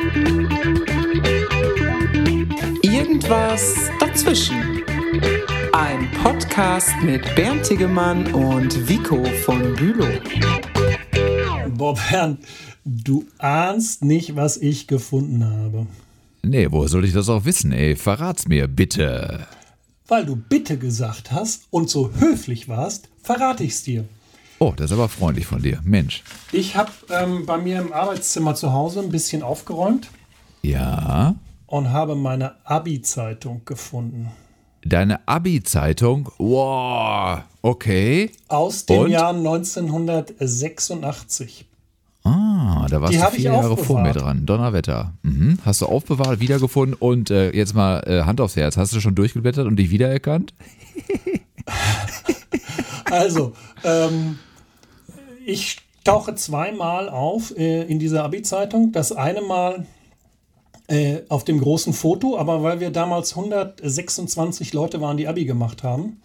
Irgendwas dazwischen. Ein Podcast mit Bernd Tiggemann und Vico von Bülow. Boah, Bernd, du ahnst nicht, was ich gefunden habe. Nee, woher soll ich das auch wissen, ey? Verrat's mir, bitte. Weil du bitte gesagt hast und so höflich warst, verrate ich's dir. Oh, das ist aber freundlich von dir. Mensch. Ich habe bei mir im Arbeitszimmer zu Hause ein bisschen aufgeräumt. Ja? Und habe meine Abi-Zeitung gefunden. Deine Abi-Zeitung? Wow, okay. Aus dem Jahr 1986. Ah, da warst Die du hab 4 ich Jahre vor mir aufbewahrt. dran. Donnerwetter. Mhm. Hast du aufbewahrt, wiedergefunden und jetzt mal Hand aufs Herz. Hast du schon durchgeblättert und dich wiedererkannt? Also, ich tauche zweimal auf in dieser Abi-Zeitung. Das eine Mal auf dem großen Foto, aber weil wir damals 126 Leute waren, die Abi gemacht haben,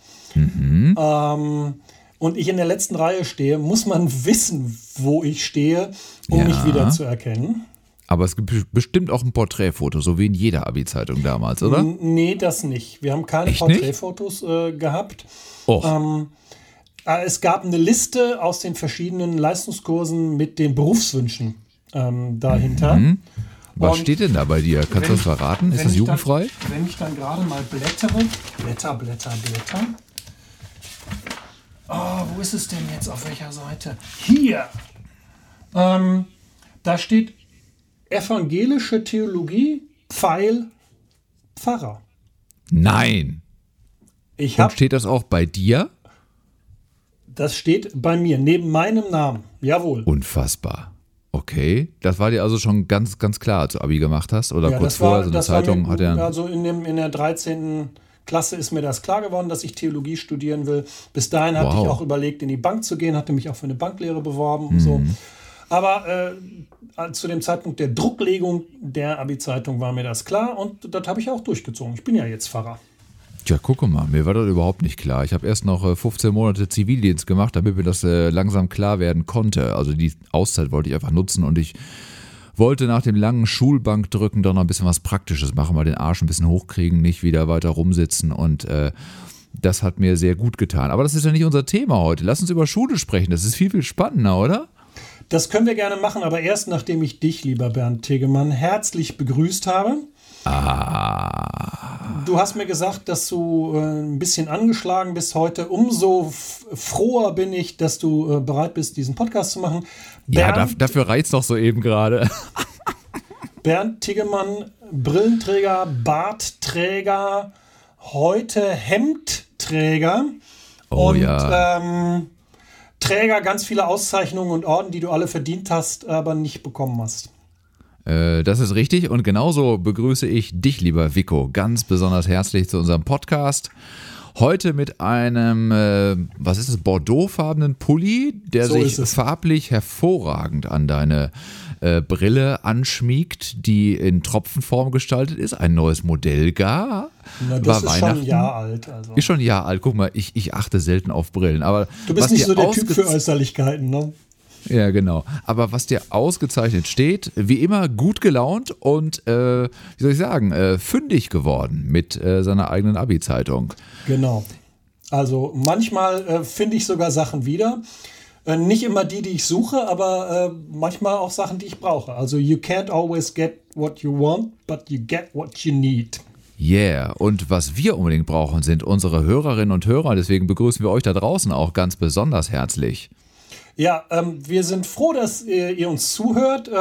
und ich in der letzten Reihe stehe, muss man wissen, wo ich stehe, um mich wieder zu erkennen. Aber es gibt bestimmt auch ein Porträtfoto, so wie in jeder Abi-Zeitung damals, oder? Nee, das nicht. Wir haben keine Echt Porträtfotos gehabt. Och. Es gab eine Liste aus den verschiedenen Leistungskursen mit den Berufswünschen dahinter. Was Und steht denn da bei dir? Kannst du das verraten? Ist das jugendfrei? Wenn ich dann gerade mal blättere. Blätter. Oh, wo ist es denn jetzt? Auf welcher Seite? Hier. Da steht evangelische Theologie, Pfeil, Pfarrer. Nein. Und steht das auch bei dir? Das steht bei mir, neben meinem Namen. Jawohl. Unfassbar. Okay. Das war dir also schon ganz, ganz klar, als du Abi gemacht hast? Oder kurz vorher, so eine Zeitung hat er. Also in der 13. Klasse ist mir das klar geworden, dass ich Theologie studieren will. Bis dahin hatte ich auch überlegt, in die Bank zu gehen, hatte mich auch für eine Banklehre beworben und so. Aber zu dem Zeitpunkt der Drucklegung der Abi-Zeitung war mir das klar und das habe ich auch durchgezogen. Ich bin ja jetzt Pfarrer. Tja, guck mal, mir war das überhaupt nicht klar. Ich habe erst noch 15 Monate Zivildienst gemacht, damit mir das langsam klar werden konnte. Also die Auszeit wollte ich einfach nutzen und ich wollte nach dem langen Schulbankdrücken doch noch ein bisschen was Praktisches machen, mal den Arsch ein bisschen hochkriegen, nicht wieder weiter rumsitzen und das hat mir sehr gut getan. Aber das ist ja nicht unser Thema heute. Lass uns über Schule sprechen, das ist viel, viel spannender, oder? Das können wir gerne machen, aber erst nachdem ich dich, lieber Bernd Tiggemann, herzlich begrüßt habe. Du hast mir gesagt, dass du ein bisschen angeschlagen bist heute. Umso froher bin ich, dass du bereit bist, diesen Podcast zu machen. Bernd, dafür reizt doch soeben gerade. Bernd Tiggemann, Brillenträger, Bartträger, heute Hemdträger. Oh, und ja. Träger ganz vieler Auszeichnungen und Orden, die du alle verdient hast, aber nicht bekommen hast. Das ist richtig und genauso begrüße ich dich, lieber Vico, ganz besonders herzlich zu unserem Podcast. Heute mit einem, was ist es, bordeauxfarbenen Pulli, der So sich ist es. farblich hervorragend an deine Brille anschmiegt, die in Tropfenform gestaltet ist. Ein neues Modell gar. Na, das War ist schon Weihnachten. ein Jahr alt. Also. Ist schon ein Jahr alt. Guck mal, ich achte selten auf Brillen. Aber Du bist was nicht dir so der Typ für Äußerlichkeiten, ne? Ja, genau. Aber was dir ausgezeichnet steht, wie immer gut gelaunt und, wie soll ich sagen, fündig geworden mit seiner eigenen Abi-Zeitung. Genau. Also manchmal finde ich sogar Sachen wieder. Nicht immer die ich suche, aber manchmal auch Sachen, die ich brauche. Also you can't always get what you want, but you get what you need. Yeah, und was wir unbedingt brauchen, sind unsere Hörerinnen und Hörer. Deswegen begrüßen wir euch da draußen auch ganz besonders herzlich. Ja, wir sind froh, dass ihr uns zuhört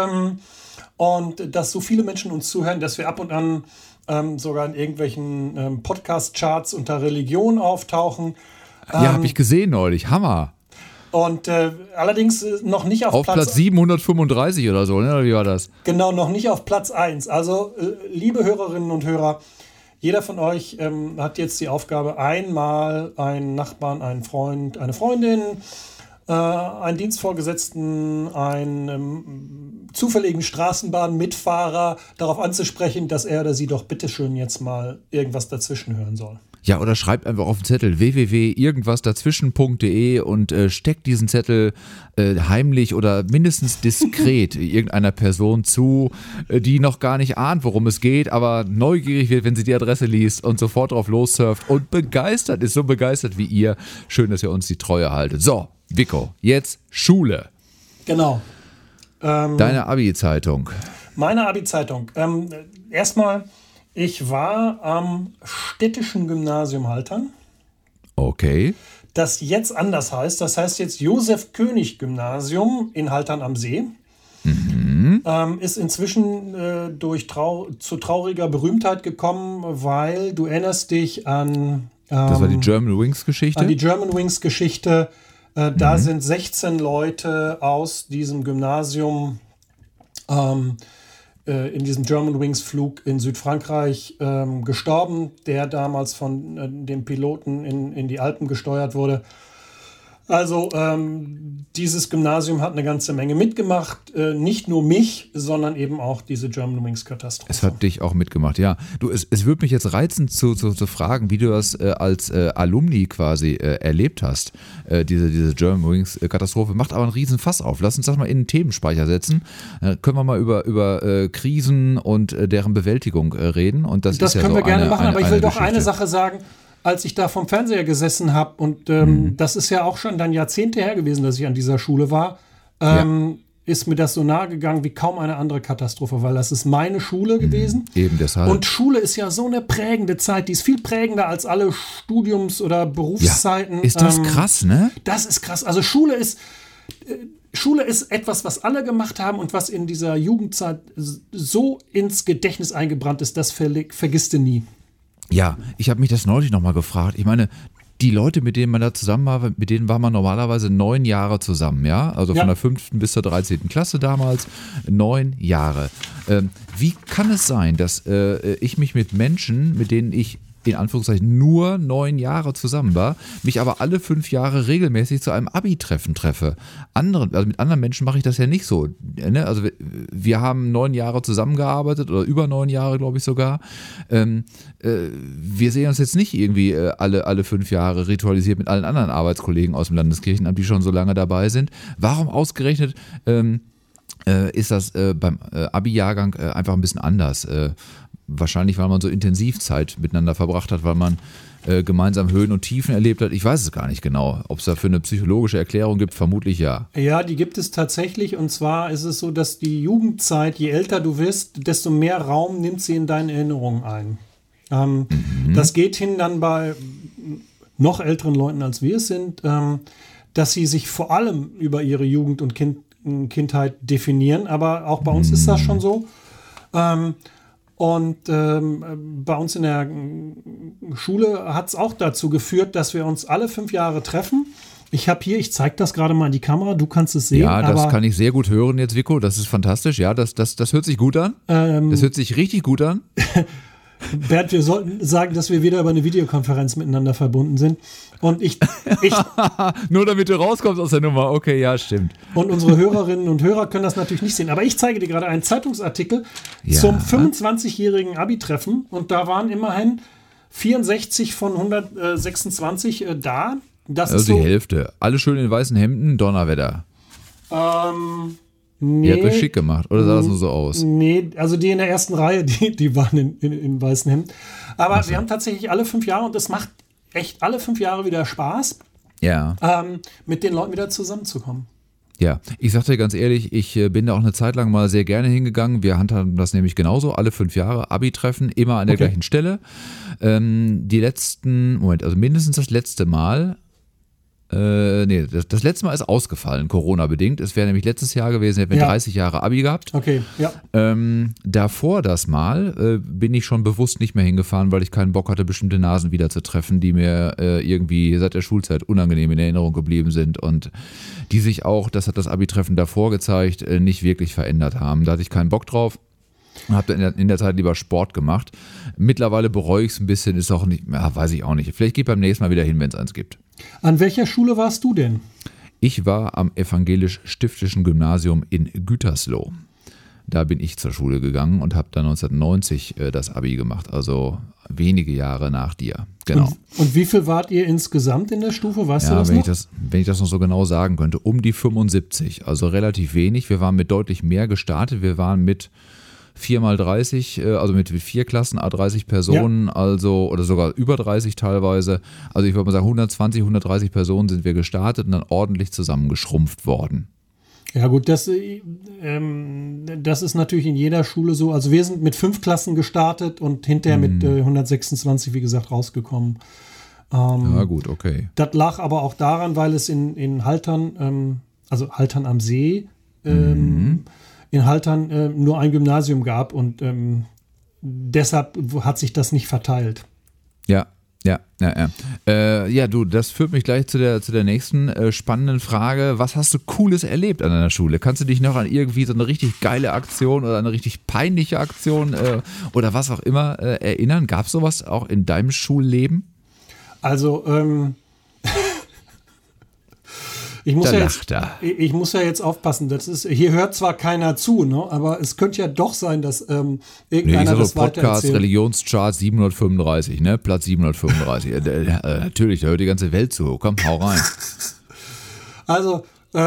und dass so viele Menschen uns zuhören, dass wir ab und an sogar in irgendwelchen Podcast-Charts unter Religion auftauchen. Ja, habe ich gesehen neulich. Hammer. Und allerdings noch nicht auf Platz 735 oder so, ne? Oder wie war das? Genau, noch nicht auf Platz 1. Also, liebe Hörerinnen und Hörer, jeder von euch hat jetzt die Aufgabe, einmal einen Nachbarn, einen Freund, eine Freundin, einen Dienstvorgesetzten, einen zufälligen Straßenbahnmitfahrer darauf anzusprechen, dass er oder sie doch bitteschön jetzt mal irgendwas dazwischen hören soll. Ja, oder schreibt einfach auf den Zettel www.irgendwasdazwischen.de und steckt diesen Zettel heimlich oder mindestens diskret irgendeiner Person zu, die noch gar nicht ahnt, worum es geht, aber neugierig wird, wenn sie die Adresse liest und sofort drauf lossurft und begeistert ist, so begeistert wie ihr. Schön, dass ihr uns die Treue haltet. So, Vico, jetzt Schule. Genau. Deine Abi-Zeitung. Meine Abi-Zeitung. Erstmal, ich war am Städtischen Gymnasium Haltern. Okay. Das jetzt anders heißt. Das heißt jetzt Josef-König-Gymnasium in Haltern am See. Ist inzwischen zu trauriger Berühmtheit gekommen, weil du erinnerst dich an... das war die German Wings-Geschichte? An die German Wings-Geschichte. Da sind 16 Leute aus diesem Gymnasium in diesem German Wings Flug in Südfrankreich gestorben, der damals von dem Piloten in die Alpen gesteuert wurde. Also dieses Gymnasium hat eine ganze Menge mitgemacht. Nicht nur mich, sondern eben auch diese German Wings Katastrophe. Es hat dich auch mitgemacht, ja. Du, es würde mich jetzt reizen zu fragen, wie du das als Alumni quasi erlebt hast, diese German Wings Katastrophe. Macht aber einen riesen Fass auf. Lass uns das mal in einen Themenspeicher setzen. Können wir mal über Krisen und deren Bewältigung reden. Und das ist ja können so wir gerne machen, aber ich will doch Geschichte. eine Sache sagen. Als ich da vom Fernseher gesessen habe, und das ist ja auch schon dann Jahrzehnte her gewesen, dass ich an dieser Schule war, ist mir das so nahe gegangen wie kaum eine andere Katastrophe, weil das ist meine Schule gewesen. Eben deshalb. Und Schule ist ja so eine prägende Zeit, die ist viel prägender als alle Studiums- oder Berufszeiten. Ja, ist das krass, ne? Das ist krass. Also Schule ist etwas, was alle gemacht haben und was in dieser Jugendzeit so ins Gedächtnis eingebrannt ist, das vergisst du nie. Ja, ich habe mich das neulich nochmal gefragt. Ich meine, die Leute, mit denen man da zusammen war, mit denen war man normalerweise 9 Jahre zusammen, ja? Also von der 5. bis zur 13. Klasse damals, 9 Jahre. Wie kann es sein, dass ich mich mit Menschen, mit denen ich in Anführungszeichen nur 9 Jahre zusammen war, mich aber alle 5 Jahre regelmäßig zu einem Abi-Treffen treffe? Mit anderen Menschen mache ich das ja nicht so. Ne? Also wir haben 9 Jahre zusammengearbeitet oder über 9 Jahre, glaube ich sogar. Wir sehen uns jetzt nicht irgendwie alle 5 Jahre ritualisiert mit allen anderen Arbeitskollegen aus dem Landeskirchenamt, die schon so lange dabei sind. Warum ausgerechnet ist das beim Abi-Jahrgang einfach ein bisschen anders? Wahrscheinlich, weil man so intensiv Zeit miteinander verbracht hat, weil man gemeinsam Höhen und Tiefen erlebt hat. Ich weiß es gar nicht genau. Ob es dafür eine psychologische Erklärung gibt, vermutlich ja. Ja, die gibt es tatsächlich. Und zwar ist es so, dass die Jugendzeit, je älter du wirst, desto mehr Raum nimmt sie in deinen Erinnerungen ein. Das geht hin dann bei noch älteren Leuten, als wir es sind, dass sie sich vor allem über ihre Jugend und Kindheit definieren. Aber auch bei uns ist das schon so. Und bei uns in der Schule hat es auch dazu geführt, dass wir uns alle 5 Jahre treffen. Ich zeige das gerade mal in die Kamera, du kannst es sehen. Ja, das kann ich sehr gut hören jetzt, Vico, das ist fantastisch. Ja, das hört sich gut an. Das hört sich richtig gut an. Bernd, wir sollten sagen, dass wir wieder über eine Videokonferenz miteinander verbunden sind. Und ich nur damit du rauskommst aus der Nummer. Okay, ja, stimmt. Und unsere Hörerinnen und Hörer können das natürlich nicht sehen. Aber ich zeige dir gerade einen Zeitungsartikel zum 25-jährigen Abi-Treffen. Und da waren immerhin 64 von 126 da. Das also ist so, die Hälfte. Alle schön in weißen Hemden, Donnerwetter. Nee, ihr habt euch schick gemacht, oder sah das nur so aus? Nee, also die in der ersten Reihe, die waren in weißen Hemden. Aber wir haben tatsächlich alle 5 Jahre, und es macht echt alle 5 Jahre wieder Spaß, mit den Leuten wieder zusammenzukommen. Ja, ich sag dir ganz ehrlich, ich bin da auch eine Zeit lang mal sehr gerne hingegangen. Wir handhaben das nämlich genauso, alle 5 Jahre Abi-Treffen, immer an der gleichen Stelle. Mindestens das letzte Mal. Das letzte Mal ist ausgefallen, Corona-bedingt. Es wäre nämlich letztes Jahr gewesen, hätten wir 30 Jahre Abi gehabt. Okay, ja. Davor das Mal bin ich schon bewusst nicht mehr hingefahren, weil ich keinen Bock hatte, bestimmte Nasen wieder zu treffen, die mir irgendwie seit der Schulzeit unangenehm in Erinnerung geblieben sind und die sich auch, das hat das Abi-Treffen davor gezeigt, nicht wirklich verändert haben. Da hatte ich keinen Bock drauf. Und habe in der Zeit lieber Sport gemacht. Mittlerweile bereue ich es ein bisschen, ist auch nicht, weiß ich auch nicht. Vielleicht geht beim nächsten Mal wieder hin, wenn es eins gibt. An welcher Schule warst du denn? Ich war am Evangelisch-Stiftischen Gymnasium in Gütersloh. Da bin ich zur Schule gegangen und habe dann 1990 das Abi gemacht, also wenige Jahre nach dir. Genau. Und wie viel wart ihr insgesamt in der Stufe? Weißt du das noch? Wenn ich das noch so genau sagen könnte, um die 75, also relativ wenig. Wir waren mit deutlich mehr gestartet. Wir waren mit 4x30, also mit 4 Klassen, 30 Personen, also oder sogar über 30 teilweise. Also ich würde mal sagen, 120, 130 Personen sind wir gestartet und dann ordentlich zusammengeschrumpft worden. Ja gut, das ist natürlich in jeder Schule so. Also wir sind mit 5 Klassen gestartet und hinterher mit 126, wie gesagt, rausgekommen. Ja gut, okay. Das lag aber auch daran, weil es in Haltern, also Haltern am See, in Haltern nur ein Gymnasium gab und deshalb hat sich das nicht verteilt. Ja, du, das führt mich gleich zu der nächsten spannenden Frage. Was hast du Cooles erlebt an deiner Schule? Kannst du dich noch an irgendwie so eine richtig geile Aktion oder eine richtig peinliche Aktion oder was auch immer erinnern? Gab es sowas auch in deinem Schulleben? Also, ich muss ja jetzt aufpassen. Hier hört zwar keiner zu, ne, aber es könnte ja doch sein, dass irgendeiner das Podcast, weitererzählt. Religionschart 735, ne? Platz 735. Natürlich, da hört die ganze Welt zu. Komm, hau rein. Also,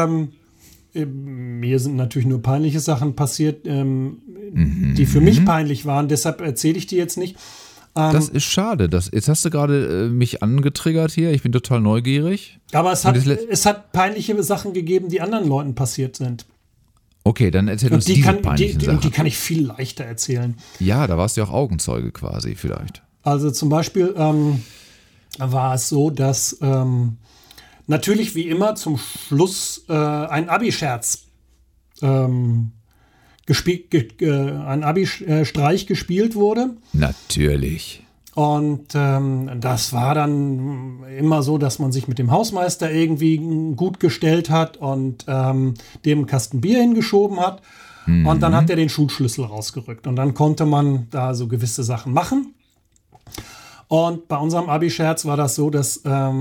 mir sind natürlich nur peinliche Sachen passiert, die für mich peinlich waren. Deshalb erzähle ich die jetzt nicht. Das ist schade. Jetzt hast du gerade mich angetriggert hier. Ich bin total neugierig. Aber es hat peinliche Sachen gegeben, die anderen Leuten passiert sind. Okay, dann erzähl uns diese peinlichen Sachen. Und die kann ich viel leichter erzählen. Ja, da warst du ja auch Augenzeuge quasi vielleicht. Also zum Beispiel war es so, dass natürlich wie immer zum Schluss ein Abi-Scherz ein Abi-Streich gespielt wurde. Natürlich. Und das war dann immer so, dass man sich mit dem Hausmeister irgendwie gut gestellt hat und dem einen Kasten Bier hingeschoben hat. Und dann hat er den Schulschlüssel rausgerückt. Und dann konnte man da so gewisse Sachen machen. Und bei unserem Abi-Scherz war das so, dass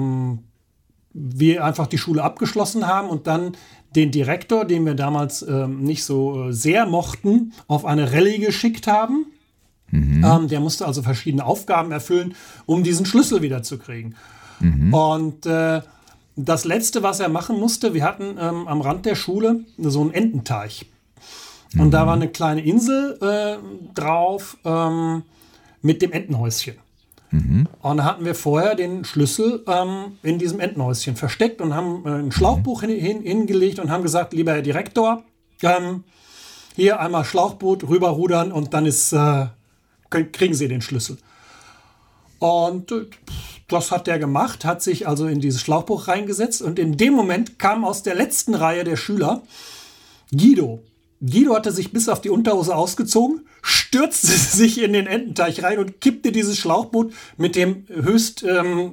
wir einfach die Schule abgeschlossen haben und dann den Direktor, den wir damals nicht so sehr mochten, auf eine Rallye geschickt haben. Der musste also verschiedene Aufgaben erfüllen, um diesen Schlüssel wieder zu kriegen. Und das Letzte, was er machen musste, wir hatten am Rand der Schule so einen Ententeich. Und da war eine kleine Insel drauf mit dem Entenhäuschen. Und da hatten wir vorher den Schlüssel in diesem Entenhäuschen versteckt und haben ein Schlauchboot hingelegt und haben gesagt, lieber Herr Direktor, hier einmal Schlauchboot rüberrudern und dann kriegen Sie den Schlüssel. Und das hat der gemacht, hat sich also in dieses Schlauchboot reingesetzt und in dem Moment kam aus der letzten Reihe der Schüler Guido. Guido hatte sich bis auf die Unterhose ausgezogen, stürzte sich in den Ententeich rein und kippte dieses Schlauchboot mit dem höchst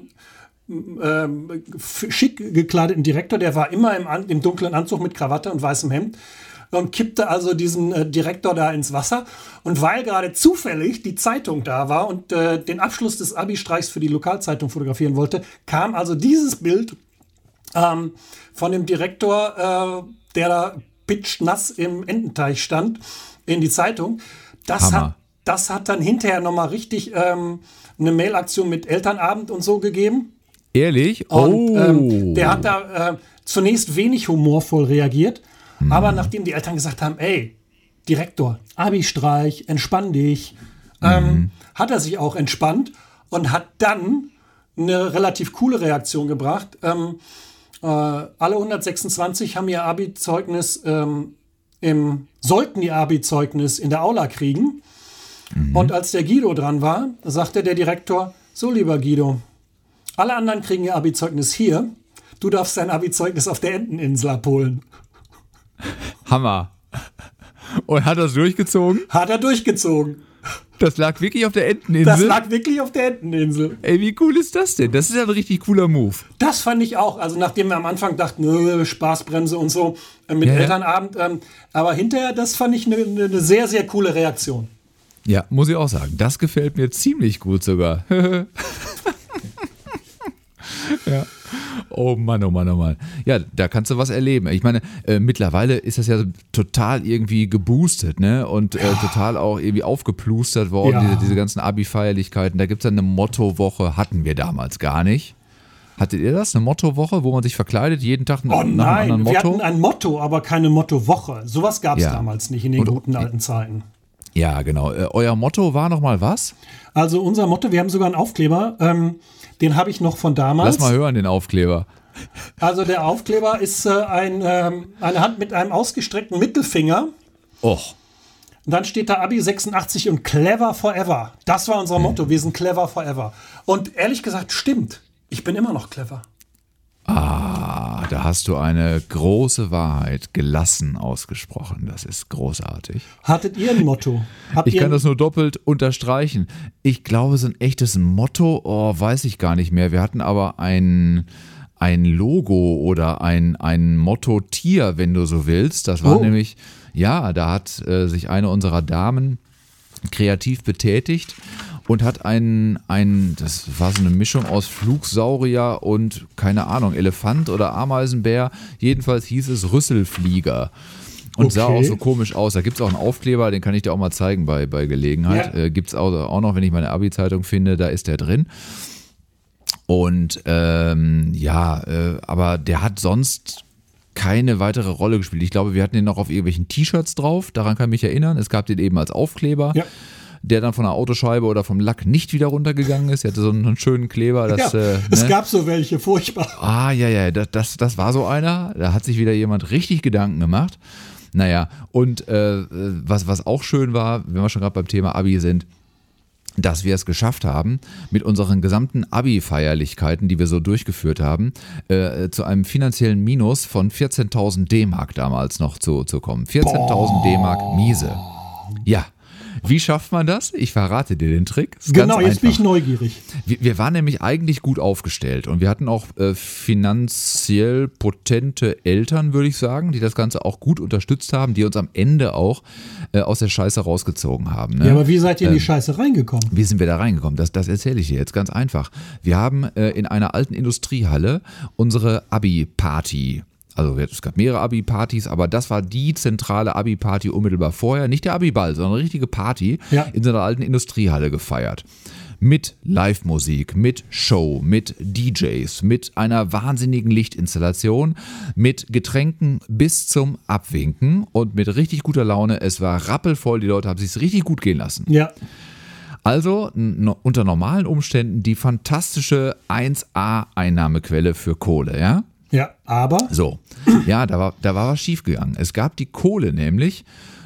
schick gekleideten Direktor, der war immer im dunklen Anzug mit Krawatte und weißem Hemd, und kippte also diesen Direktor da ins Wasser. Und weil gerade zufällig die Zeitung da war und den Abschluss des Abi-Streichs für die Lokalzeitung fotografieren wollte, kam also dieses Bild von dem Direktor, der da pitschnass im Ententeich stand, in die Zeitung. Das hat dann hinterher nochmal richtig eine Mailaktion mit Elternabend und so gegeben. Ehrlich? Und der hat da zunächst wenig humorvoll reagiert, aber nachdem die Eltern gesagt haben, ey, Direktor, Abi-Streich, entspann dich, hat er sich auch entspannt und hat dann eine relativ coole Reaktion gebracht. Alle 126 haben ihr Abi-Zeugnis sollten ihr Abi-Zeugnis in der Aula kriegen. Und als der Guido dran war, sagte der Direktor, so lieber Guido, alle anderen kriegen ihr Abi-Zeugnis hier, du darfst dein Abi-Zeugnis auf der Enteninsel abholen. Hammer. Und hat er es durchgezogen? Hat er durchgezogen. Das lag wirklich auf der Enteninsel? Das lag wirklich auf der Enteninsel. Ey, wie cool ist das denn? Das ist ja ein richtig cooler Move. Das fand ich auch. Also nachdem wir am Anfang dachten, Spaßbremse und so mit Elternabend. Aber hinterher, das fand ich eine sehr, sehr coole Reaktion. Ja, muss ich auch sagen. Das gefällt mir ziemlich gut sogar. Ja. Oh Mann, oh Mann, oh Mann. Ja, da kannst du was erleben. Ich meine, mittlerweile ist das ja total irgendwie geboostet, ne? Und total auch irgendwie aufgeplustert worden, diese ganzen Abi-Feierlichkeiten. Da gibt es ja eine Mottowoche, hatten wir damals gar nicht. Hattet ihr das? Eine Mottowoche, wo man sich verkleidet, jeden Tag nach einem anderen Motto? Wir hatten ein Motto, aber keine Mottowoche. Sowas gab es damals nicht in den guten alten Zeiten. Ja, genau. Euer Motto war nochmal was? Also unser Motto, wir haben sogar einen Aufkleber, den habe ich noch von damals. Lass mal hören, den Aufkleber. Also der Aufkleber ist eine Hand mit einem ausgestreckten Mittelfinger. Och. Und dann steht da Abi 86 und Clever Forever. Das war unser Motto, wir sind clever forever. Und ehrlich gesagt, stimmt. Ich bin immer noch clever. Ah, da hast du eine große Wahrheit gelassen ausgesprochen. Das ist großartig. Hattet ihr ein Motto? Ich kann das nur doppelt unterstreichen. Ich glaube, so ein echtes Motto, weiß ich gar nicht mehr. Wir hatten aber ein Logo oder ein Motto-Tier, wenn du so willst. Das war nämlich, da hat sich eine unserer Damen kreativ betätigt und hat das war so eine Mischung aus Flugsaurier und, keine Ahnung, Elefant oder Ameisenbär. Jedenfalls hieß es Rüsselflieger. Und sah auch so komisch aus. Da gibt es auch einen Aufkleber, den kann ich dir auch mal zeigen bei Gelegenheit. Ja. Gibt es auch noch, wenn ich meine Abi-Zeitung finde, da ist der drin. Und aber der hat sonst keine weitere Rolle gespielt. Ich glaube, wir hatten den noch auf irgendwelchen T-Shirts drauf. Daran kann ich mich erinnern. Es gab den eben als Aufkleber. Ja. Der dann von der Autoscheibe oder vom Lack nicht wieder runtergegangen ist. Er hatte so einen schönen Kleber. Es gab so welche, furchtbar. Das war so einer. Da hat sich wieder jemand richtig Gedanken gemacht. Naja, und was auch schön war, wenn wir schon gerade beim Thema Abi sind, dass wir es geschafft haben, mit unseren gesamten Abi-Feierlichkeiten, die wir so durchgeführt haben, zu einem finanziellen Minus von 14.000 D-Mark damals noch zu kommen. 14.000 D-Mark miese. Ja. Wie schafft man das? Ich verrate dir den Trick. Genau, jetzt bin ich neugierig. Wir waren nämlich eigentlich gut aufgestellt und wir hatten auch finanziell potente Eltern, würde ich sagen, die das Ganze auch gut unterstützt haben, die uns am Ende auch aus der Scheiße rausgezogen haben. Ne? Ja, aber wie seid ihr in die Scheiße reingekommen? Wie sind wir da reingekommen? Das erzähle ich dir jetzt ganz einfach. Wir haben in einer alten Industriehalle unsere Abi-Party. Also es gab mehrere Abi-Partys, aber das war die zentrale Abi-Party unmittelbar vorher. Nicht der Abi-Ball, sondern eine richtige Party in so einer alten Industriehalle gefeiert. Mit Live-Musik, mit Show, mit DJs, mit einer wahnsinnigen Lichtinstallation, mit Getränken bis zum Abwinken und mit richtig guter Laune. Es war rappelvoll, die Leute haben es sich richtig gut gehen lassen. Ja. Also unter normalen Umständen die fantastische 1A-Einnahmequelle für Kohle, ja? Ja, aber? So, ja, da war was schiefgegangen. Es gab die Kohle nämlich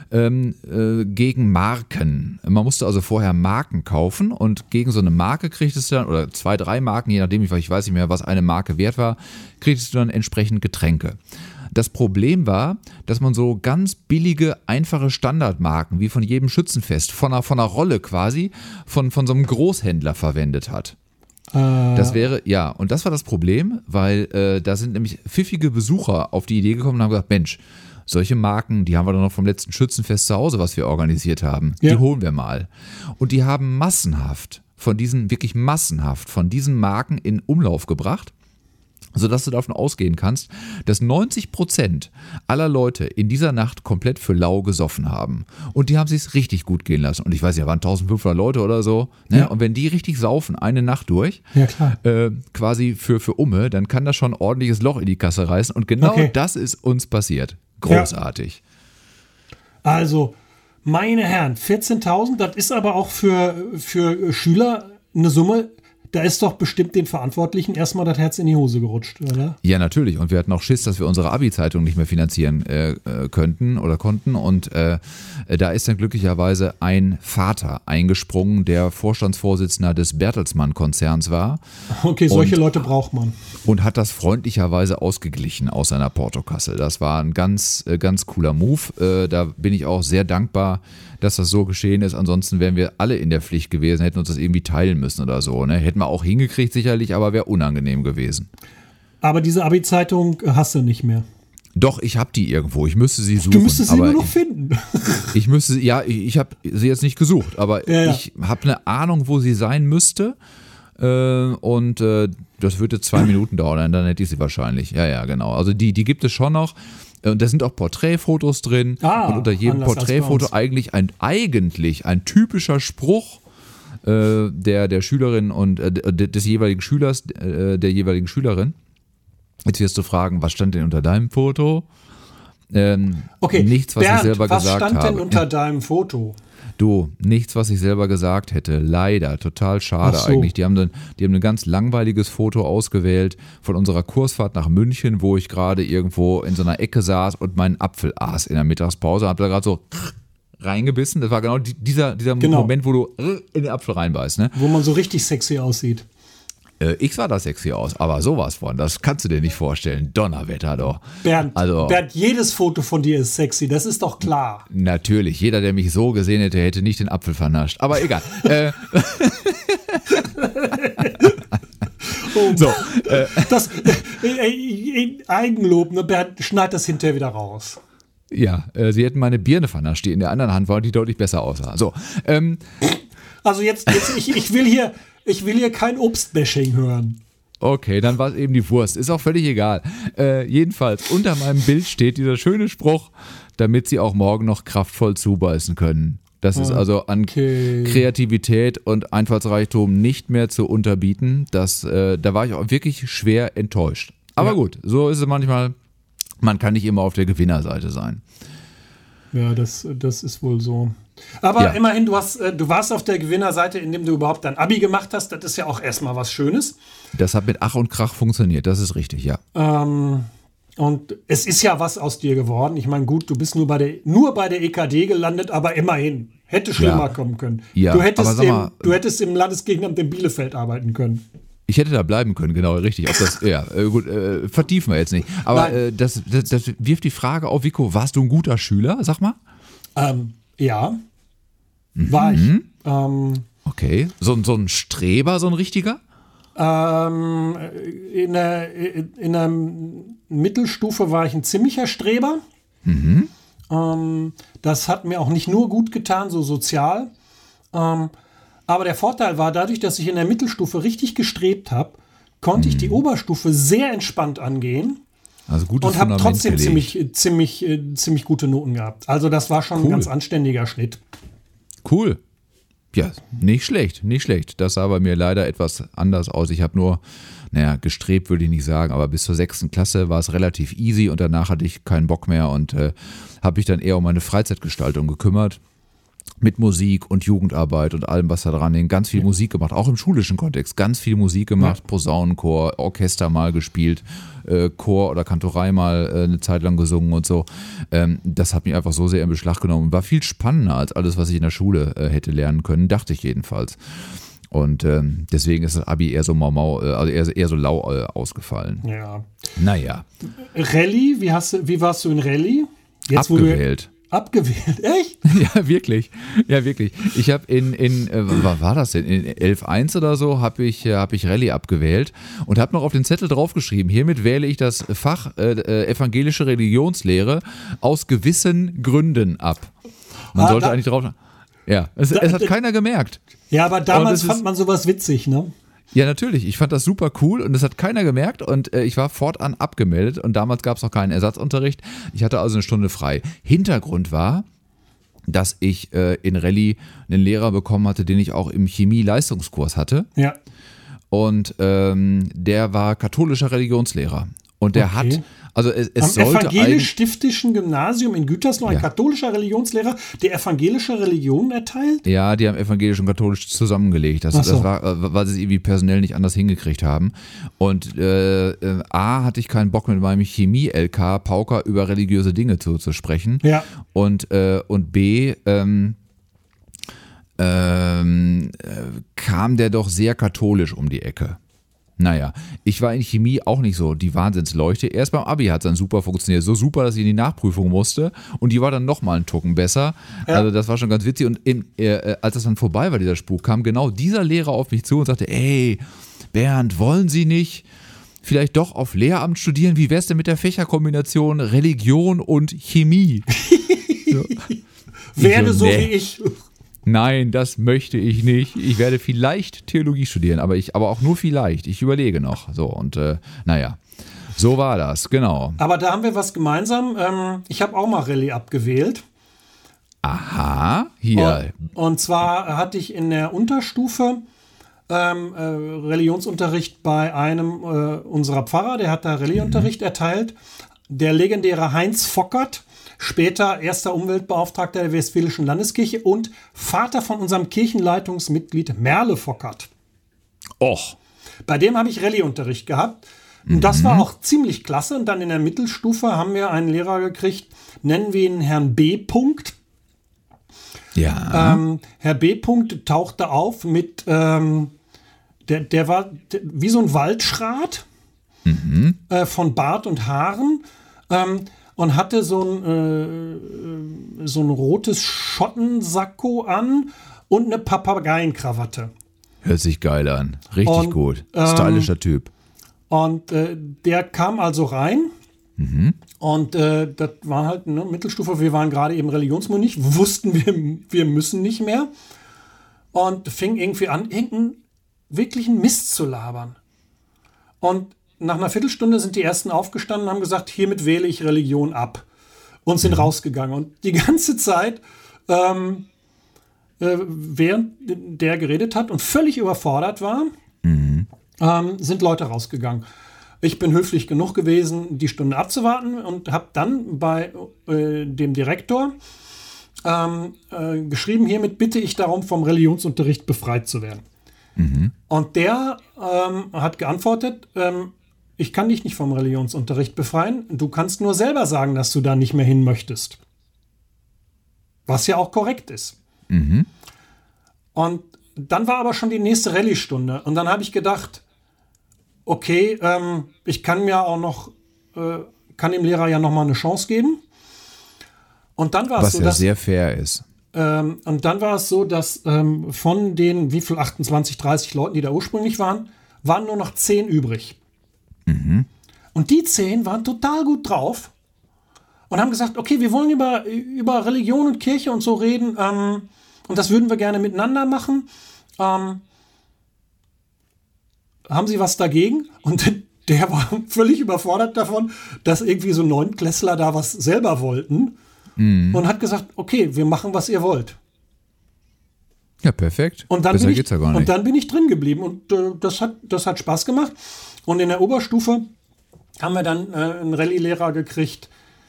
gegen Marken. Man musste also vorher Marken kaufen und gegen so eine Marke kriegtest du dann, oder 2, 3 Marken, je nachdem, ich weiß nicht mehr, was eine Marke wert war, kriegtest du dann entsprechend Getränke. Das Problem war, dass man so ganz billige, einfache Standardmarken, wie von jedem Schützenfest, von einer Rolle quasi, von so einem Großhändler verwendet hat. Das wäre, und das war das Problem, weil da sind nämlich pfiffige Besucher auf die Idee gekommen und haben gesagt, Mensch, solche Marken, die haben wir doch noch vom letzten Schützenfest zu Hause, was wir organisiert haben, die holen wir mal. Und die haben wirklich massenhaft von diesen Marken in Umlauf gebracht, sodass du davon ausgehen kannst, dass 90% aller Leute in dieser Nacht komplett für lau gesoffen haben. Und die haben sich's richtig gut gehen lassen. Und ich weiß ja, waren 1500 Leute oder so. Ne? Ja. Und wenn die richtig saufen, eine Nacht durch, quasi für Umme, dann kann das schon ein ordentliches Loch in die Kasse reißen. Und genau das ist uns passiert. Großartig. Ja. Also, meine Herren, 14.000, das ist aber auch für Schüler eine Summe. Da ist doch bestimmt den Verantwortlichen erstmal das Herz in die Hose gerutscht, oder? Ja, natürlich. Und wir hatten auch Schiss, dass wir unsere Abi-Zeitung nicht mehr finanzieren konnten. Und da ist dann glücklicherweise ein Vater eingesprungen, der Vorstandsvorsitzender des Bertelsmann-Konzerns war. Okay, solche Leute braucht man. Und hat das freundlicherweise ausgeglichen aus seiner Portokasse. Das war ein ganz, ganz cooler Move. Da bin ich auch sehr dankbar, dass das so geschehen ist. Ansonsten wären wir alle in der Pflicht gewesen, hätten uns das irgendwie teilen müssen oder so. Ne? Hätten wir auch hingekriegt sicherlich, aber wäre unangenehm gewesen. Aber diese Abi-Zeitung hast du nicht mehr. Doch, ich habe die irgendwo. Ich müsste sie suchen. Du müsstest sie nur noch finden. Ich habe sie jetzt nicht gesucht, aber ich habe eine Ahnung, wo sie sein müsste. Und das würde 2 Minuten dauern, dann hätte ich sie wahrscheinlich. Ja, genau. Also die gibt es schon noch. Und da sind auch Porträtfotos drin. Und unter jedem Porträtfoto eigentlich ein typischer Spruch der Schülerin und des jeweiligen Schülers, der jeweiligen Schülerin. Jetzt wirst du fragen, was stand denn unter deinem Foto? Okay, nichts, was Bernd, ich selber gesagt habe. Was stand denn unter deinem Foto? Du, nichts, was ich selber gesagt hätte. Leider, total schade eigentlich. Die haben ein ganz langweiliges Foto ausgewählt von unserer Kursfahrt nach München, wo ich gerade irgendwo in so einer Ecke saß und meinen Apfel aß in der Mittagspause. Hab da gerade so reingebissen. Das war genau dieser Moment, wo du in den Apfel reinbeißt. Ne? Wo man so richtig sexy aussieht. Ich sah da sexy aus, aber sowas von, das kannst du dir nicht vorstellen. Donnerwetter doch. Bernd, jedes Foto von dir ist sexy, das ist doch klar. Natürlich, jeder, der mich so gesehen hätte, hätte nicht den Apfel vernascht. Aber egal. Eigenlob, ne? Bernd, schneid das hinterher wieder raus. Ja, sie hätten meine Birne vernascht, die in der anderen Hand war, die deutlich besser aussah. So, also jetzt ich will hier kein Obstbashing hören. Okay, dann war es eben die Wurst. Ist auch völlig egal. Jedenfalls, unter meinem Bild steht dieser schöne Spruch, damit sie auch morgen noch kraftvoll zubeißen können. Das ist also an Kreativität und Einfallsreichtum nicht mehr zu unterbieten. Da war ich auch wirklich schwer enttäuscht. Aber gut, so ist es manchmal. Man kann nicht immer auf der Gewinnerseite sein. Ja, das ist wohl so. Aber immerhin, du warst auf der Gewinnerseite, indem du überhaupt dein Abi gemacht hast. Das ist ja auch erstmal was Schönes. Das hat mit Ach und Krach funktioniert, das ist richtig, ja. Und es ist ja was aus dir geworden. Ich meine, gut, du bist nur bei der EKD gelandet, aber immerhin. Hätte schlimmer kommen können. Ja, du hättest im Landesgegner in Bielefeld arbeiten können. Ich hätte da bleiben können, genau, richtig. Ob das, gut, vertiefen wir jetzt nicht. Aber das wirft die Frage auf, Vico, warst du ein guter Schüler, sag mal? Ja, war ich. Okay, so ein Streber, so ein richtiger? In der Mittelstufe war ich ein ziemlicher Streber. Das hat mir auch nicht nur gut getan, so sozial. Aber der Vorteil war, dadurch, dass ich in der Mittelstufe richtig gestrebt habe, konnte ich die Oberstufe sehr entspannt angehen. Also gutes und habe trotzdem gelegt. ziemlich gute Noten gehabt. Also das war schon ein ganz anständiger Schnitt. Cool. Ja, nicht schlecht. Das sah bei mir leider etwas anders aus. Ich habe nur, gestrebt würde ich nicht sagen, aber bis zur 6. Klasse war es relativ easy und danach hatte ich keinen Bock mehr und habe mich dann eher um meine Freizeitgestaltung gekümmert. Mit Musik und Jugendarbeit und allem, was da dran hing. Ganz viel Musik gemacht, auch im schulischen Kontext. Ganz viel Musik gemacht, Posaunenchor, Orchester mal gespielt, Chor oder Kantorei mal eine Zeit lang gesungen und so. Das hat mich einfach so sehr in Beschlag genommen. War viel spannender als alles, was ich in der Schule hätte lernen können, dachte ich jedenfalls. Und deswegen ist das Abi eher so eher so lau ausgefallen. Ja. Naja. Rallye, wie warst du in Rallye? Jetzt, abgewählt. Abgewählt, echt? Ja, wirklich. Ich habe was war das denn? In 11.1 oder so habe ich Rallye abgewählt und habe noch auf den Zettel draufgeschrieben, hiermit wähle ich das Fach evangelische Religionslehre aus gewissen Gründen ab. Man sollte eigentlich drauf... Ja, es hat keiner gemerkt. Ja, aber damals fand man sowas witzig, ne? Ja, natürlich. Ich fand das super cool und das hat keiner gemerkt und ich war fortan abgemeldet und damals gab es noch keinen Ersatzunterricht. Ich hatte also eine Stunde frei. Hintergrund war, dass ich in Rallye einen Lehrer bekommen hatte, den ich auch im Chemie-Leistungskurs hatte. Ja. Und der war katholischer Religionslehrer. Und der hat, also es am sollte evangelisch-stiftischen Gymnasium in Gütersloh ein katholischer Religionslehrer, der evangelische Religionen erteilt? Ja, die haben evangelisch und katholisch zusammengelegt. Das war, weil sie es irgendwie personell nicht anders hingekriegt haben. Und A, hatte ich keinen Bock mit meinem Chemie-LK Pauker über religiöse Dinge zu sprechen. Ja. Und B, kam der doch sehr katholisch um die Ecke. Naja, ich war in Chemie auch nicht so die Wahnsinnsleuchte. Erst beim Abi hat es dann super funktioniert. So super, dass ich in die Nachprüfung musste. Und die war dann nochmal einen Tucken besser. Ja. Also das war schon ganz witzig. Und als das dann vorbei war, dieser Spuk, kam genau dieser Lehrer auf mich zu und sagte, ey, Bernd, wollen Sie nicht vielleicht doch auf Lehramt studieren? Wie wär's denn mit der Fächerkombination Religion und Chemie? Werde so wie ich. Nein, das möchte ich nicht. Ich werde vielleicht Theologie studieren, aber auch nur vielleicht. Ich überlege noch. So, und naja, so war das, genau. Aber da haben wir was gemeinsam. Ich habe auch mal Rallye abgewählt. Aha, hier. Und zwar hatte ich in der Unterstufe Religionsunterricht bei einem unserer Pfarrer, der hat da Rallyeunterricht erteilt. Der legendäre Heinz Vockert, später erster Umweltbeauftragter der Westfälischen Landeskirche und Vater von unserem Kirchenleitungsmitglied Merle Vockert. Och. Bei dem habe ich Rallyeunterricht gehabt. Und das war auch ziemlich klasse. Und dann in der Mittelstufe haben wir einen Lehrer gekriegt, nennen wir ihn Herrn B. Ja. Herr B. tauchte auf mit, der war wie so ein Waldschrat von Bart und Haaren und hatte so ein rotes Schottensacko an und eine Papageienkrawatte. Hört sich geil an. Richtig gut. Stylischer Typ. Und der kam also rein. Und das war halt eine Mittelstufe. Wir waren gerade eben religionsmündig, wussten wir müssen nicht mehr. Und fing irgendwie an, irgendeinen wirklichen Mist zu labern. Und nach einer Viertelstunde sind die Ersten aufgestanden und haben gesagt, hiermit wähle ich Religion ab. Und sind rausgegangen. Und die ganze Zeit, während der geredet hat und völlig überfordert war, sind Leute rausgegangen. Ich bin höflich genug gewesen, die Stunde abzuwarten und habe dann bei dem Direktor geschrieben, hiermit bitte ich darum, vom Religionsunterricht befreit zu werden. Und der hat geantwortet, ich kann dich nicht vom Religionsunterricht befreien, du kannst nur selber sagen, dass du da nicht mehr hin möchtest. Was ja auch korrekt ist. Und dann war aber schon die nächste Rallye-Stunde und dann habe ich gedacht, okay, ich kann mir auch noch, kann dem Lehrer ja noch mal eine Chance geben. Und dann war es so, was ja sehr fair ist. Und dann war es so, dass von den, wie viel, 28, 30 Leuten, die da ursprünglich waren nur noch 10 übrig. Und die 10 waren total gut drauf und haben gesagt, okay, wir wollen über Religion und Kirche und so reden und das würden wir gerne miteinander machen. Haben Sie was dagegen? Und der war völlig überfordert davon, dass irgendwie so Neunklässler da was selber wollten und hat gesagt, okay, wir machen, was ihr wollt. Ja, perfekt. Und dann, besser geht's ja gar nicht. Und dann bin ich drin geblieben und das hat Spaß gemacht. Und in der Oberstufe haben wir dann einen Rallye-Lehrer gekriegt.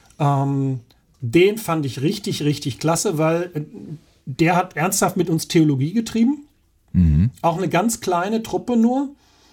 Den fand ich richtig, richtig klasse, weil der hat ernsthaft mit uns Theologie getrieben. Auch eine ganz kleine Truppe nur.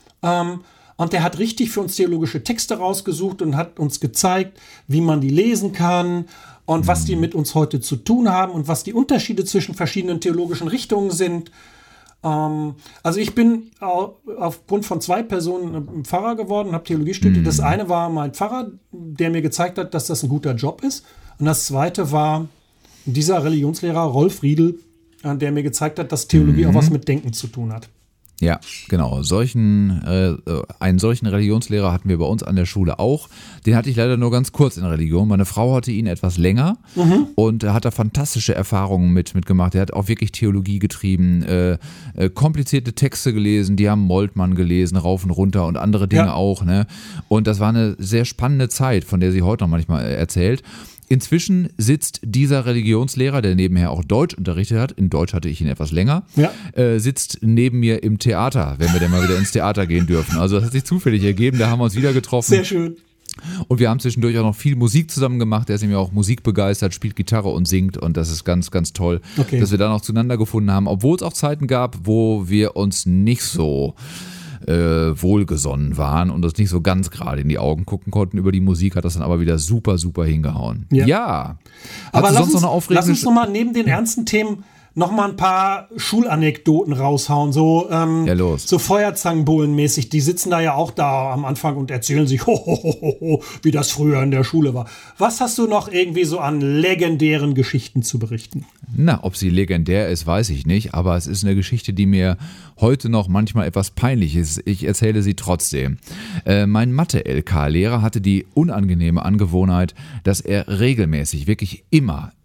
Und der hat richtig für uns theologische Texte rausgesucht und hat uns gezeigt, wie man die lesen kann und was die mit uns heute zu tun haben und was die Unterschiede zwischen verschiedenen theologischen Richtungen sind. Also ich bin aufgrund von 2 Personen Pfarrer geworden, habe Theologie studiert. Das eine war mein Pfarrer, der mir gezeigt hat, dass das ein guter Job ist. Und das zweite war dieser Religionslehrer Rolf Riedel, der mir gezeigt hat, dass Theologie auch was mit Denken zu tun hat. Ja, genau. Einen solchen Religionslehrer hatten wir bei uns an der Schule auch. Den hatte ich leider nur ganz kurz in Religion. Meine Frau hatte ihn etwas länger und hat da fantastische Erfahrungen mitgemacht. Er hat auch wirklich Theologie getrieben, komplizierte Texte gelesen, die haben Moltmann gelesen, rauf und runter und andere Dinge auch. Ne? Und das war eine sehr spannende Zeit, von der sie heute noch manchmal erzählt. Inzwischen sitzt dieser Religionslehrer, der nebenher auch Deutsch unterrichtet hat, in Deutsch hatte ich ihn etwas länger, sitzt neben mir im Theater, wenn wir denn mal wieder ins Theater gehen dürfen. Also das hat sich zufällig ergeben, da haben wir uns wieder getroffen. Sehr schön. Und wir haben zwischendurch auch noch viel Musik zusammen gemacht. Der ist nämlich auch musikbegeistert, spielt Gitarre und singt und das ist ganz, ganz toll, dass wir da noch zueinander gefunden haben, obwohl es auch Zeiten gab, wo wir uns nicht so wohlgesonnen waren und uns nicht so ganz gerade in die Augen gucken konnten. Über die Musik hat das dann aber wieder super, super hingehauen. Ja. Aber lass uns noch mal neben den ernsten Themen noch mal ein paar Schulanekdoten raushauen, so Feuerzangenbowlen-mäßig. Die sitzen da ja auch da am Anfang und erzählen sich, wie das früher in der Schule war. Was hast du noch irgendwie so an legendären Geschichten zu berichten? Na, ob sie legendär ist, weiß ich nicht, aber es ist eine Geschichte, die mir heute noch manchmal etwas peinlich ist. Ich erzähle sie trotzdem. Mein Mathe-LK-Lehrer hatte die unangenehme Angewohnheit, dass er regelmäßig, wirklich immer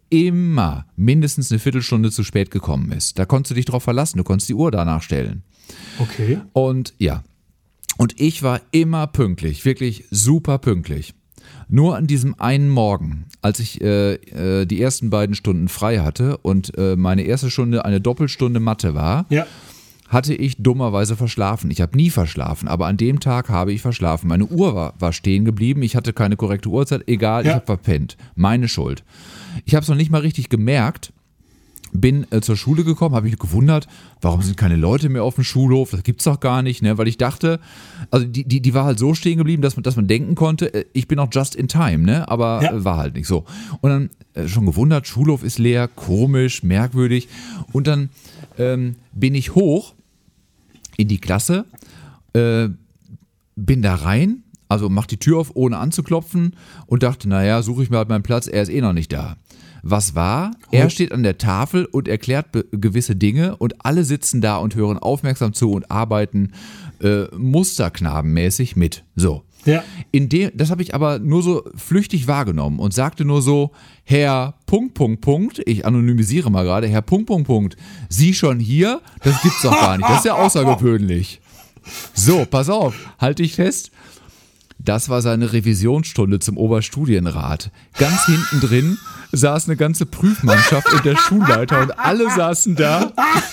immer mindestens eine Viertelstunde zu spät gekommen ist. Da konntest du dich drauf verlassen, du konntest die Uhr danach stellen. Okay. Und ich war immer pünktlich, wirklich super pünktlich. Nur an diesem einen Morgen, als ich die ersten beiden Stunden frei hatte und meine erste Stunde eine Doppelstunde Mathe war, hatte ich dummerweise verschlafen. Ich habe nie verschlafen, aber an dem Tag habe ich verschlafen. Meine Uhr war stehen geblieben, ich hatte keine korrekte Uhrzeit, egal, ich habe verpennt. Meine Schuld. Ich habe es noch nicht mal richtig gemerkt, bin zur Schule gekommen, habe mich gewundert, warum sind keine Leute mehr auf dem Schulhof, das gibt's doch gar nicht, ne? Weil ich dachte, also die war halt so stehen geblieben, dass man denken konnte, ich bin auch just in time, ne? Aber war halt nicht so. Und dann schon gewundert, Schulhof ist leer, komisch, merkwürdig. Und dann bin ich hoch in die Klasse, bin da rein, also mach die Tür auf, ohne anzuklopfen und dachte, naja, suche ich mir halt meinen Platz, er ist eh noch nicht da. Was war? Er steht an der Tafel und erklärt gewisse Dinge und alle sitzen da und hören aufmerksam zu und arbeiten musterknabenmäßig mit. So. Ja. Das habe ich aber nur so flüchtig wahrgenommen und sagte nur so, Herr ... ich anonymisiere mal gerade, Herr ... Sie schon hier? Das gibt's doch gar nicht, das ist ja außergewöhnlich. So, pass auf, halte ich fest. Das war seine Revisionsstunde zum Oberstudienrat. Ganz hinten drin saß eine ganze Prüfmannschaft und der Schulleiter und alle saßen da.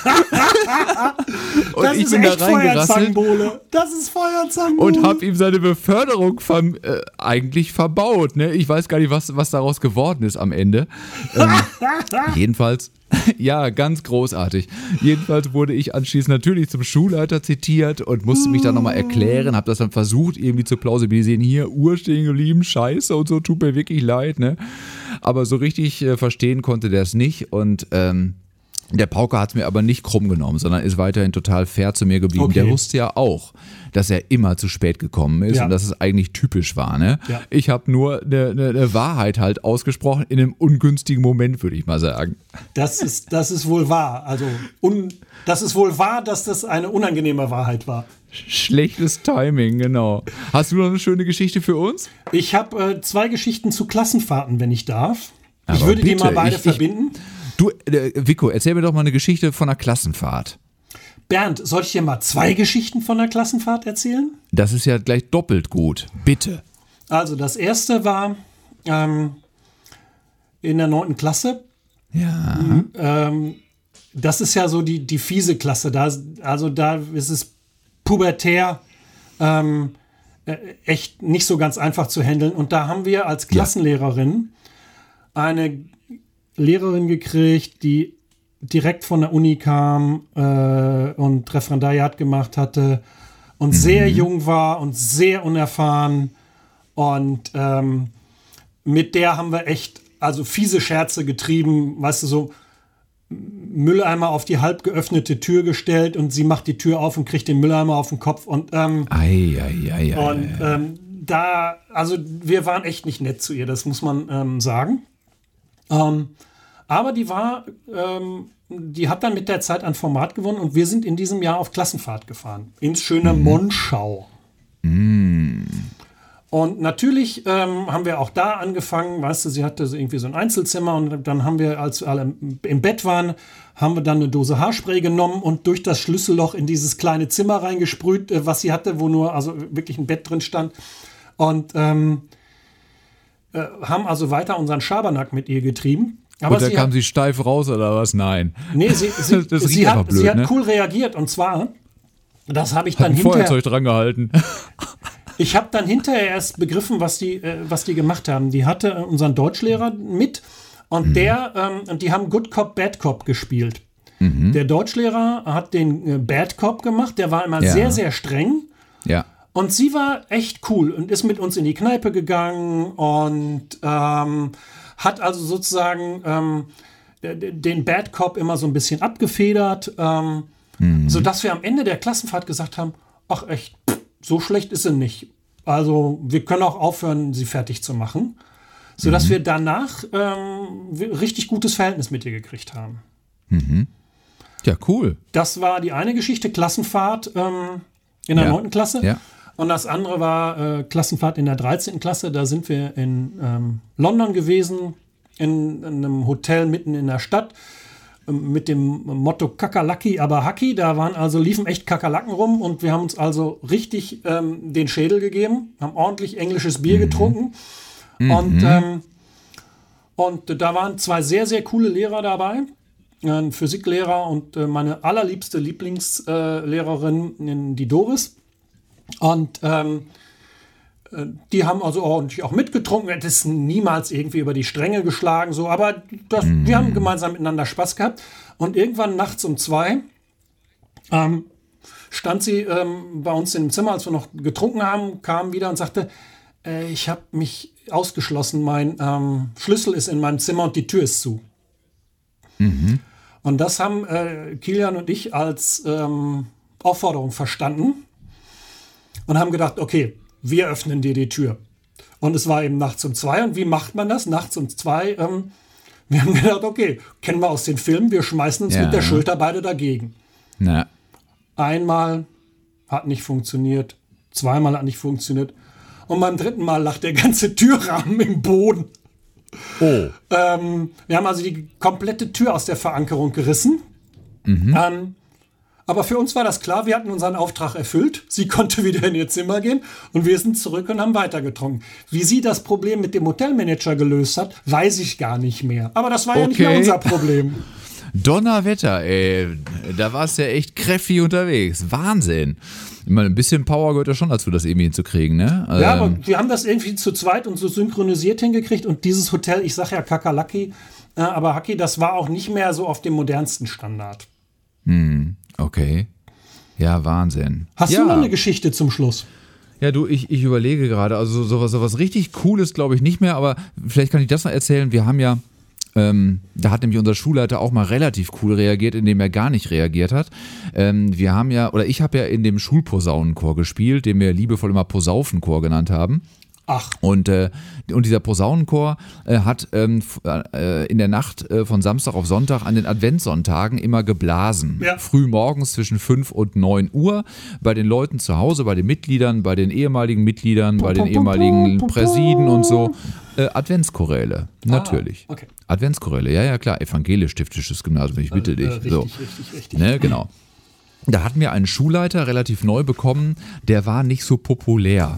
Und das ich ist bin da echt reingerasselt. Das ist Feuerzangenbowle. Und habe ihm seine Beförderung eigentlich verbaut. Ne? Ich weiß gar nicht, was daraus geworden ist am Ende. Jedenfalls, ja, ganz großartig. Jedenfalls wurde ich anschließend natürlich zum Schulleiter zitiert und musste mich dann nochmal erklären, habe das dann versucht irgendwie zu plausibilisieren. Hier, Uhr stehen geblieben, scheiße und so, tut mir wirklich leid. Ne? Aber so richtig verstehen konnte der es nicht und der Pauker hat es mir aber nicht krumm genommen, sondern ist weiterhin total fair zu mir geblieben. Okay. Der wusste ja auch, dass er immer zu spät gekommen ist und dass es eigentlich typisch war. Ne? Ja. Ich habe nur eine Wahrheit halt ausgesprochen in einem ungünstigen Moment, würde ich mal sagen. Das ist wohl wahr. Also das ist wohl wahr, dass das eine unangenehme Wahrheit war. Schlechtes Timing, genau. Hast du noch eine schöne Geschichte für uns? Ich habe 2 Geschichten zu Klassenfahrten, wenn ich darf. Aber ich würde die mal beide verbinden. Du, Vico, erzähl mir doch mal eine Geschichte von einer Klassenfahrt. Bernd, soll ich dir mal 2 Geschichten von einer Klassenfahrt erzählen? Das ist ja gleich doppelt gut. Bitte. Also das erste war in der 9. Klasse. Ja. Das ist ja so die fiese Klasse. Da ist es pubertär echt nicht so ganz einfach zu handeln. Und da haben wir als Klassenlehrerin eine Lehrerin gekriegt, die direkt von der Uni kam und Referendariat gemacht hatte und sehr jung war und sehr unerfahren. Und mit der haben wir echt fiese Scherze getrieben, weißt du, so Mülleimer auf die halb geöffnete Tür gestellt und sie macht die Tür auf und kriegt den Mülleimer auf den Kopf. Und wir waren echt nicht nett zu ihr, das muss man sagen. Aber die hat dann mit der Zeit ein Format gewonnen und wir sind in diesem Jahr auf Klassenfahrt gefahren. Ins schöne Monschau. Und natürlich haben wir auch da angefangen, weißt du, sie hatte so irgendwie so ein Einzelzimmer und dann haben wir, als wir alle im Bett waren, haben wir dann eine Dose Haarspray genommen und durch das Schlüsselloch in dieses kleine Zimmer reingesprüht, was sie hatte, wo nur wirklich ein Bett drin stand. Und haben also weiter unseren Schabernack mit ihr getrieben. Aber und da kam sie steif raus oder was? Nein. Nee, sie hat cool reagiert. Und zwar, das habe ich dann hinterher... Feuerzeug dran gehalten. Ich habe dann hinterher erst begriffen, was die gemacht haben. Die hatte unseren Deutschlehrer mit und die haben Good Cop, Bad Cop gespielt. Der Deutschlehrer hat den Bad Cop gemacht. Der war immer sehr, sehr streng. Ja. Und sie war echt cool und ist mit uns in die Kneipe gegangen und hat also sozusagen den Bad Cop immer so ein bisschen abgefedert, sodass wir am Ende der Klassenfahrt gesagt haben, ach echt, so schlecht ist sie nicht. Also wir können auch aufhören, sie fertig zu machen, sodass wir danach richtig gutes Verhältnis mit ihr gekriegt haben. Ja, cool. Das war die eine Geschichte, Klassenfahrt in der 9. Klasse. Ja. Und das andere war Klassenfahrt in der 13. Klasse. Da sind wir in London gewesen in einem Hotel mitten in der Stadt mit dem Motto Kakerlaki, aber Haki. Da liefen echt Kakerlaken rum und wir haben uns also richtig den Schädel gegeben, haben ordentlich englisches Bier getrunken und da waren 2 sehr, sehr coole Lehrer dabei. Ein Physiklehrer und meine allerliebste Lieblingslehrerin, die Doris. Und die haben also ordentlich auch mitgetrunken. Das ist niemals irgendwie über die Stränge geschlagen, so, aber wir haben gemeinsam miteinander Spaß gehabt. Und irgendwann nachts um 2 stand sie bei uns im Zimmer, als wir noch getrunken haben, kam wieder und sagte, ich habe mich ausgeschlossen, mein Schlüssel ist in meinem Zimmer und die Tür ist zu. Und das haben Kilian und ich als Aufforderung verstanden und haben gedacht, okay, wir öffnen dir die Tür. Und es war eben nachts um 2. Und wie macht man das? Nachts um 2, wir haben gedacht, okay, kennen wir aus den Filmen, wir schmeißen uns mit der Schulter beide dagegen. Na. Einmal hat nicht funktioniert, 2-mal hat nicht funktioniert. Und beim 3. Mal lag der ganze Türrahmen im Boden. Oh. Wir haben also die komplette Tür aus der Verankerung gerissen. Aber für uns war das klar, wir hatten unseren Auftrag erfüllt. Sie konnte wieder in ihr Zimmer gehen und wir sind zurück und haben weitergetrunken. Wie sie das Problem mit dem Hotelmanager gelöst hat, weiß ich gar nicht mehr. Aber das war ja nicht mehr unser Problem. Donnerwetter, ey. Da warst du ja echt kräftig unterwegs. Wahnsinn. Ich meine, ein bisschen Power gehört ja schon dazu, das irgendwie hinzukriegen, ne? Ja, aber wir haben das irgendwie zu zweit und so synchronisiert hingekriegt. Und dieses Hotel, ich sag ja Kakerlaki, aber Haki, das war auch nicht mehr so auf dem modernsten Standard. Okay. Ja, Wahnsinn. Hast du noch eine Geschichte zum Schluss? Ja, du, ich überlege gerade, also sowas richtig Cooles glaube ich nicht mehr, aber vielleicht kann ich das noch erzählen. Wir haben ja, da hat nämlich unser Schulleiter auch mal relativ cool reagiert, indem er gar nicht reagiert hat. Wir haben ja, oder ich habe ja in dem Schulposaunenchor gespielt, den wir liebevoll immer Posaufenchor genannt haben. Ach. Und dieser Posaunenchor hat in der Nacht von Samstag auf Sonntag an den Adventssonntagen immer geblasen. Ja. Früh morgens zwischen 5 und 9 Uhr bei den Leuten zu Hause, bei den Mitgliedern, bei den ehemaligen Mitgliedern, bei den ehemaligen Präsiden und so. Adventschoräle, natürlich. Okay. Adventschoräle, ja klar, evangelisch-stiftisches Gymnasium, ich bitte dich. Richtig. Ne, genau. Da hatten wir einen Schulleiter relativ neu bekommen, der war nicht so populär.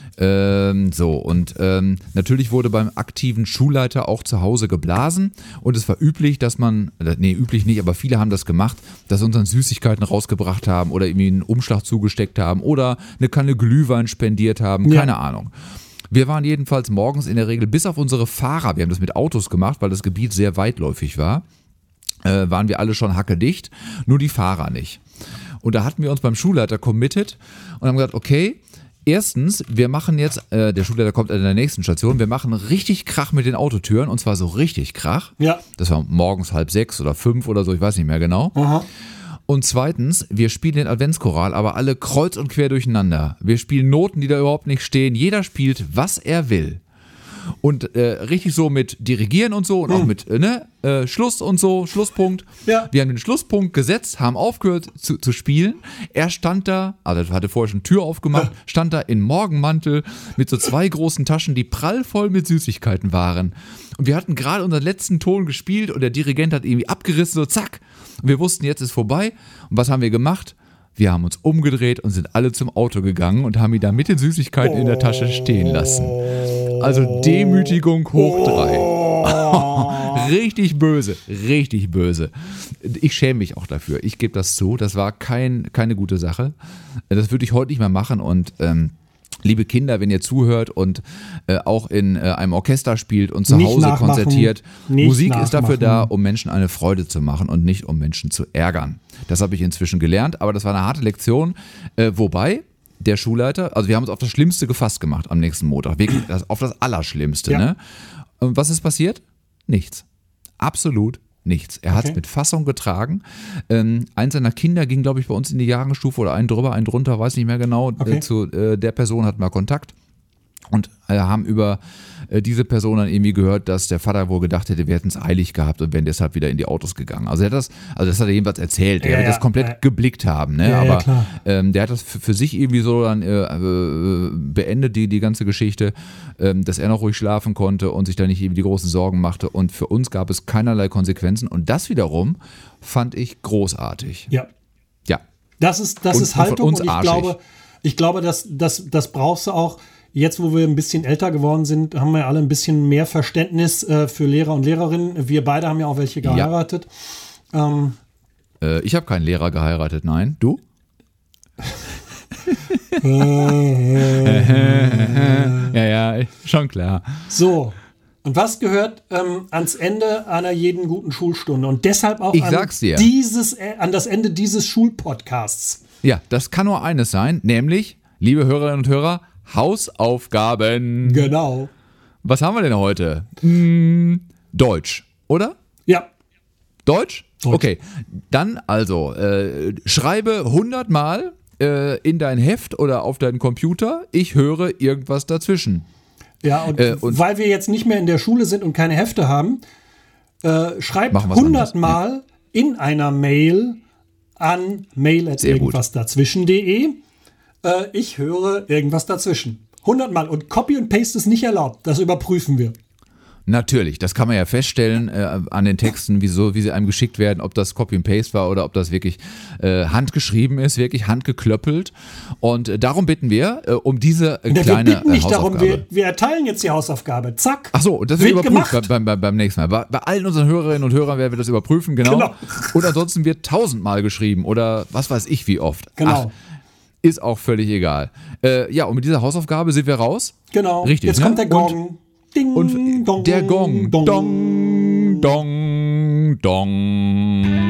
Natürlich wurde beim aktiven Schulleiter auch zu Hause geblasen und es war üblich, dass üblich nicht, aber viele haben das gemacht, dass sie uns dann Süßigkeiten rausgebracht haben oder irgendwie einen Umschlag zugesteckt haben oder eine Kanne Glühwein spendiert haben, keine Ahnung. Wir waren jedenfalls morgens in der Regel, bis auf unsere Fahrer, wir haben das mit Autos gemacht, weil das Gebiet sehr weitläufig war, waren wir alle schon hackedicht, nur die Fahrer nicht. Und da hatten wir uns beim Schulleiter committed und haben gesagt, okay, erstens, wir machen jetzt, der Schulleiter kommt an der nächsten Station, wir machen richtig Krach mit den Autotüren und zwar so richtig Krach. Ja. Das war morgens 5:30 oder 5 oder so, ich weiß nicht mehr genau. Aha. Und zweitens, wir spielen den Adventschoral, aber alle kreuz und quer durcheinander. Wir spielen Noten, die da überhaupt nicht stehen. Jeder spielt, was er will. Und richtig so mit Dirigieren und so und auch mit Schluss und so, Schlusspunkt. Ja. Wir haben den Schlusspunkt gesetzt, haben aufgehört zu spielen. Er stand da, also hatte vorher schon Tür aufgemacht, stand da in Morgenmantel mit so 2 großen Taschen, die prallvoll mit Süßigkeiten waren. Und wir hatten gerade unseren letzten Ton gespielt und der Dirigent hat irgendwie abgerissen, so zack. Und wir wussten, jetzt ist vorbei. Und was haben wir gemacht? Wir haben uns umgedreht und sind alle zum Auto gegangen und haben ihn da mit den Süßigkeiten in der Tasche stehen lassen. Also Demütigung hoch 3. Richtig böse, richtig böse. Ich schäme mich auch dafür. Ich gebe das zu. Das war keine gute Sache. Das würde ich heute nicht mehr machen und liebe Kinder, wenn ihr zuhört und auch in einem Orchester spielt und zu Hause konzertiert, Musik ist dafür da, um Menschen eine Freude zu machen und nicht um Menschen zu ärgern. Das habe ich inzwischen gelernt, aber das war eine harte Lektion. Wobei der Schulleiter, also wir haben uns auf das Schlimmste gefasst gemacht am nächsten Montag, wirklich auf das Allerschlimmste. Ja. Ne? Und was ist passiert? Nichts. Absolut nichts. Er hat es mit Fassung getragen. Eins seiner Kinder ging, glaube ich, bei uns in die Jahrgangsstufe oder einen drüber, einen drunter, weiß nicht mehr genau. Zu der Person hatten wir Kontakt. Und haben über diese Person dann irgendwie gehört, dass der Vater wohl gedacht hätte, wir hätten es eilig gehabt und wären deshalb wieder in die Autos gegangen. Also das hat er jedenfalls erzählt. Er wird das komplett geblickt haben. Ne? Aber der hat das für sich irgendwie so dann beendet, die ganze Geschichte, dass er noch ruhig schlafen konnte und sich da nicht irgendwie die großen Sorgen machte. Und für uns gab es keinerlei Konsequenzen. Und das wiederum fand ich großartig. Ja. Ja. Das ist Haltung. Und ich glaube, das brauchst du auch. Jetzt, wo wir ein bisschen älter geworden sind, haben wir alle ein bisschen mehr Verständnis für Lehrer und Lehrerinnen. Wir beide haben ja auch welche geheiratet. Ja. Ich habe keinen Lehrer geheiratet, nein. Du? ja, schon klar. So, und was gehört ans Ende einer jeden guten Schulstunde? Und deshalb auch an das Ende dieses Schulpodcasts. Ja, das kann nur eines sein, nämlich, liebe Hörerinnen und Hörer, Hausaufgaben. Genau. Was haben wir denn heute? Deutsch, oder? Ja. Deutsch? Okay. Dann also, schreibe 100 Mal in dein Heft oder auf deinen Computer, ich höre irgendwas dazwischen. Ja, und weil wir jetzt nicht mehr in der Schule sind und keine Hefte haben, schreib 100 Mal in einer Mail an mail@irgendwasdazwischen.de. Ich höre irgendwas dazwischen. 100 Mal. Und Copy und Paste ist nicht erlaubt. Das überprüfen wir. Natürlich, das kann man ja feststellen an den Texten, wie sie einem geschickt werden, ob das Copy and Paste war oder ob das wirklich handgeschrieben ist, wirklich handgeklöppelt. Und darum bitten wir um diese kleine Hausaufgabe. Wir bitten nicht darum, wir erteilen jetzt die Hausaufgabe. Zack. Ach so, das wird überprüft beim nächsten Mal. Bei allen unseren Hörerinnen und Hörern werden wir das überprüfen, genau. Und ansonsten wird 1000 Mal geschrieben oder was weiß ich wie oft. Genau. Ist auch völlig egal. Ja, und mit dieser Hausaufgabe sind wir raus. Genau. Richtig. Jetzt kommt der Gong. Und der Gong. Dong, dong, dong.